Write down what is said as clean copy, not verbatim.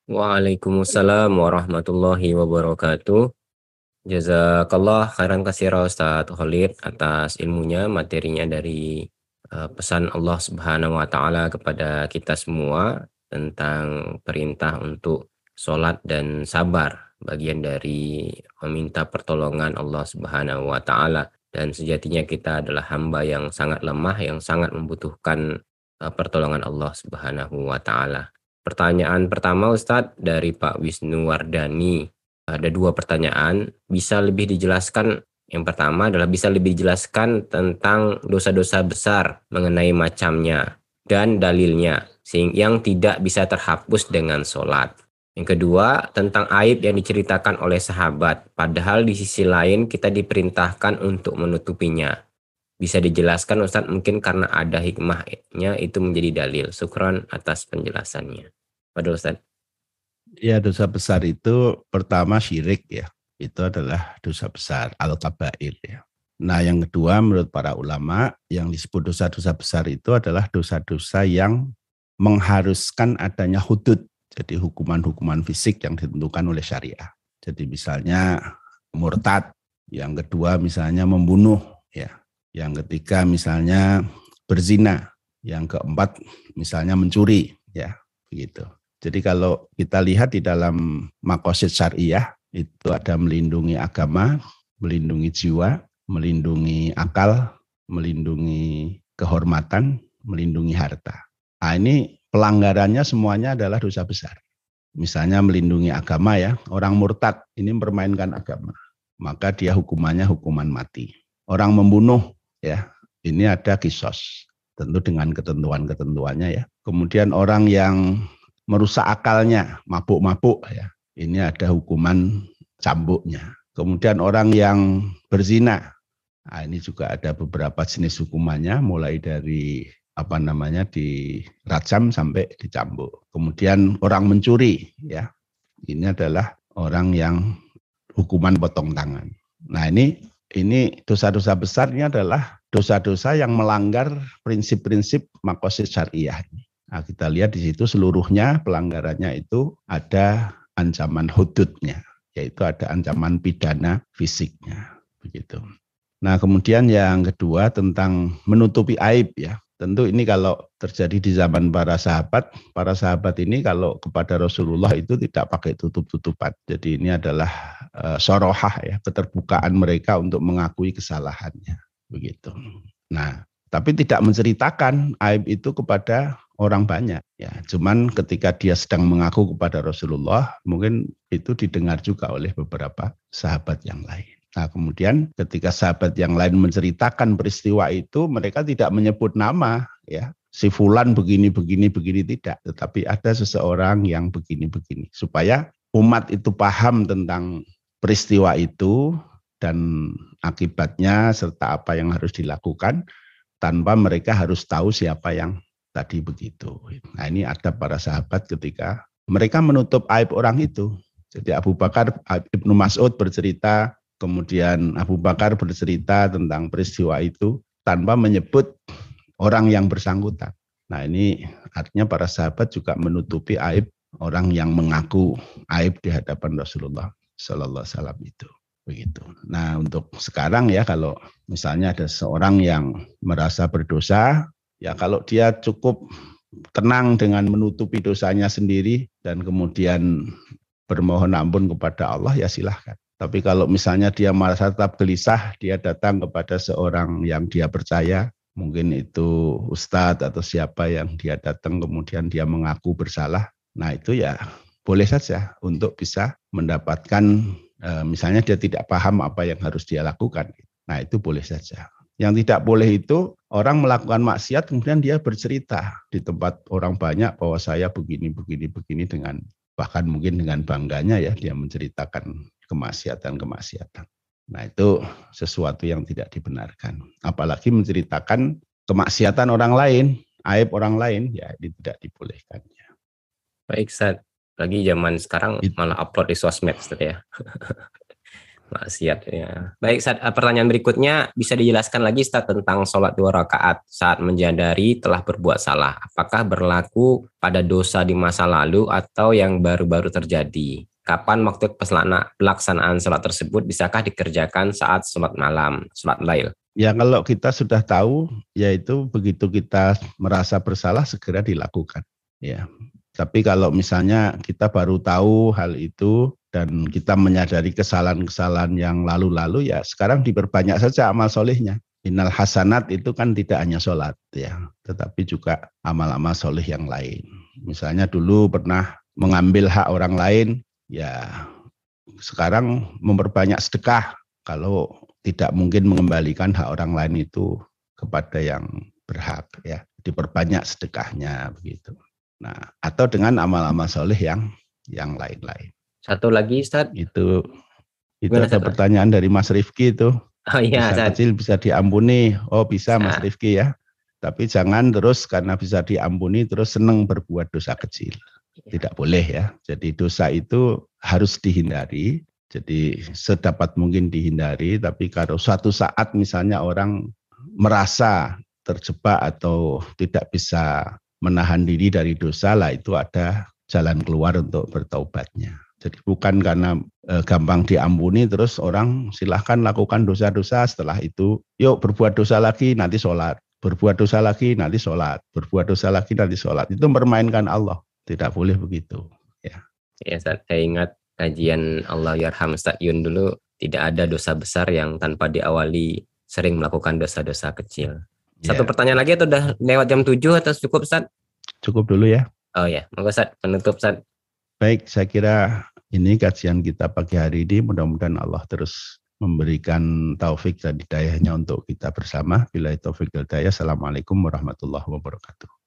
Waalaikumsalam warahmatullahi wabarakatuh. Jazakallah khairan katsira Ustaz Khalid atas ilmunya, materinya dari pesan Allah Subhanahu wa taala kepada kita semua tentang perintah untuk sholat dan sabar, bagian dari meminta pertolongan Allah Subhanahu wa taala, dan sejatinya kita adalah hamba yang sangat lemah, yang sangat membutuhkan pertolongan Allah Subhanahu wa taala. Pertanyaan pertama Ustadz dari Pak Wisnu Wardani. Ada dua pertanyaan. Bisa lebih dijelaskan, yang pertama adalah bisa lebih dijelaskan tentang dosa-dosa besar mengenai macamnya dan dalilnya yang tidak bisa terhapus dengan sholat. Yang kedua, tentang aib yang diceritakan oleh sahabat, padahal di sisi lain kita diperintahkan untuk menutupinya. Bisa dijelaskan Ustadz, mungkin karena ada hikmahnya itu menjadi dalil. Syukran atas penjelasannya. Pada Ustadz. Ya, dosa besar itu pertama syirik ya. Itu adalah dosa besar, al-kabair ya. Nah, yang kedua menurut para ulama yang disebut dosa-dosa besar itu adalah dosa-dosa yang mengharuskan adanya hudud. Jadi hukuman-hukuman fisik yang ditentukan oleh syariah. Jadi misalnya murtad, yang kedua misalnya membunuh ya. Yang ketiga misalnya berzina, yang keempat misalnya mencuri ya, begitu. Jadi kalau kita lihat di dalam maqasid syariah itu ada melindungi agama, melindungi jiwa, melindungi akal, melindungi kehormatan, melindungi harta. Nah, ini pelanggarannya semuanya adalah dosa besar. Misalnya melindungi agama ya, orang murtad ini mempermainkan agama, maka dia hukumannya hukuman mati. Orang membunuh ya, ini ada kisos, tentu dengan ketentuan-ketentuannya ya. Kemudian orang yang merusak akalnya, mabuk-mabuk ya, ini ada hukuman cambuknya. Kemudian orang yang berzina, nah ini juga ada beberapa jenis hukumannya, mulai dari dirajam sampai dicambuk. Kemudian orang mencuri ya, ini adalah orang yang hukuman potong tangan. Nah ini dosa-dosa besar ini adalah dosa-dosa yang melanggar prinsip-prinsip maqasid syariah. Nah, kita lihat di situ seluruhnya pelanggarannya itu ada ancaman hududnya, yaitu ada ancaman pidana fisiknya, begitu. Nah, kemudian yang kedua tentang menutupi aib ya. Tentu ini kalau terjadi di zaman para sahabat ini kalau kepada Rasulullah itu tidak pakai tutup-tutupan. Jadi ini adalah sorohah ya, keterbukaan mereka untuk mengakui kesalahannya, begitu. Nah, tapi tidak menceritakan aib itu kepada orang banyak ya. Cuman ketika dia sedang mengaku kepada Rasulullah, mungkin itu didengar juga oleh beberapa sahabat yang lain. Nah, kemudian ketika sahabat yang lain menceritakan peristiwa itu, mereka tidak menyebut nama ya. Si fulan begini tidak, tetapi ada seseorang yang begini supaya umat itu paham tentang peristiwa itu dan akibatnya serta apa yang harus dilakukan tanpa mereka harus tahu siapa yang tadi begitu. Nah, ini ada para sahabat ketika mereka menutup aib orang itu. Jadi Abu Bakar, Ibnu Mas'ud bercerita, kemudian Abu Bakar bercerita tentang peristiwa itu tanpa menyebut orang yang bersangkutan. Nah, ini artinya para sahabat juga menutupi aib orang yang mengaku aib di hadapan Rasulullah Sallallahu Alaihi Wasallam itu. Begitu. Nah, untuk sekarang ya kalau misalnya ada seorang yang merasa berdosa, ya kalau dia cukup tenang dengan menutupi dosanya sendiri dan kemudian bermohon ampun kepada Allah, ya silahkan. Tapi kalau misalnya dia merasa tetap gelisah, dia datang kepada seorang yang dia percaya, mungkin itu ustadz atau siapa yang dia datang kemudian dia mengaku bersalah, nah itu ya boleh saja untuk bisa mendapatkan, misalnya dia tidak paham apa yang harus dia lakukan. Nah itu boleh saja. Yang tidak boleh itu orang melakukan maksiat kemudian dia bercerita di tempat orang banyak bahwa saya begini dengan bahkan mungkin dengan bangganya ya dia menceritakan kemaksiatan. Nah itu sesuatu yang tidak dibenarkan. Apalagi menceritakan kemaksiatan orang lain, aib orang lain, ya ini tidak dibolehkan. Baik Ustaz, lagi zaman sekarang malah upload di sosmed Ustaz ya. Maksiat ya. Baik, Ustaz, pertanyaan berikutnya bisa dijelaskan lagi Ustaz tentang sholat 2 rakaat saat menyadari telah berbuat salah. Apakah berlaku pada dosa di masa lalu atau yang baru-baru terjadi? Kapan waktu pelaksanaan sholat tersebut? Bisakah dikerjakan saat sholat malam, sholat lail? Ya kalau kita sudah tahu, yaitu begitu kita merasa bersalah segera dilakukan. Ya. Tapi kalau misalnya kita baru tahu hal itu dan kita menyadari kesalahan-kesalahan yang lalu-lalu, ya sekarang diperbanyak saja amal solehnya. Innal hasanat itu kan tidak hanya sholat ya, tetapi juga amal-amal soleh yang lain. Misalnya dulu pernah mengambil hak orang lain, ya sekarang memperbanyak sedekah. Kalau tidak mungkin mengembalikan hak orang lain itu kepada yang berhak, ya diperbanyak sedekahnya begitu. Nah, atau dengan amal-amal soleh yang lain-lain. Satu lagi, Ustaz. Itu Gimana, ada Ustaz? pertanyaan dari Mas Rifki itu. Oh iya, Dosa Ustaz. kecil bisa diampuni. Oh bisa Bisa. Mas Rifki ya. Tapi jangan terus karena bisa diampuni terus senang berbuat dosa kecil. Tidak boleh ya. Jadi dosa itu harus dihindari. Jadi sedapat mungkin dihindari. Tapi kalau suatu saat misalnya orang merasa terjebak atau tidak bisa menahan diri dari dosa, lah itu ada jalan keluar untuk bertaubatnya. Jadi bukan karena gampang diampuni terus orang silahkan lakukan dosa-dosa, setelah itu yuk berbuat dosa lagi nanti sholat, berbuat dosa lagi nanti sholat, berbuat dosa lagi nanti sholat. Itu mempermainkan Allah, tidak boleh begitu. Ya, Ustaz, saya ingat kajian Allah Yarham Ustaz Yun dulu, tidak ada dosa besar yang tanpa diawali sering melakukan dosa-dosa kecil. Satu pertanyaan lagi atau udah lewat jam 7 atau cukup, Ustaz? Cukup dulu ya. Oh ya, monggo Ustaz, penutup Ustaz. Baik, saya kira ini kajian kita pagi hari ini, mudah-mudahan Allah terus memberikan taufik dan hidayahnya untuk kita bersama. Bila taufik dan hidayah, assalamualaikum warahmatullahi wabarakatuh.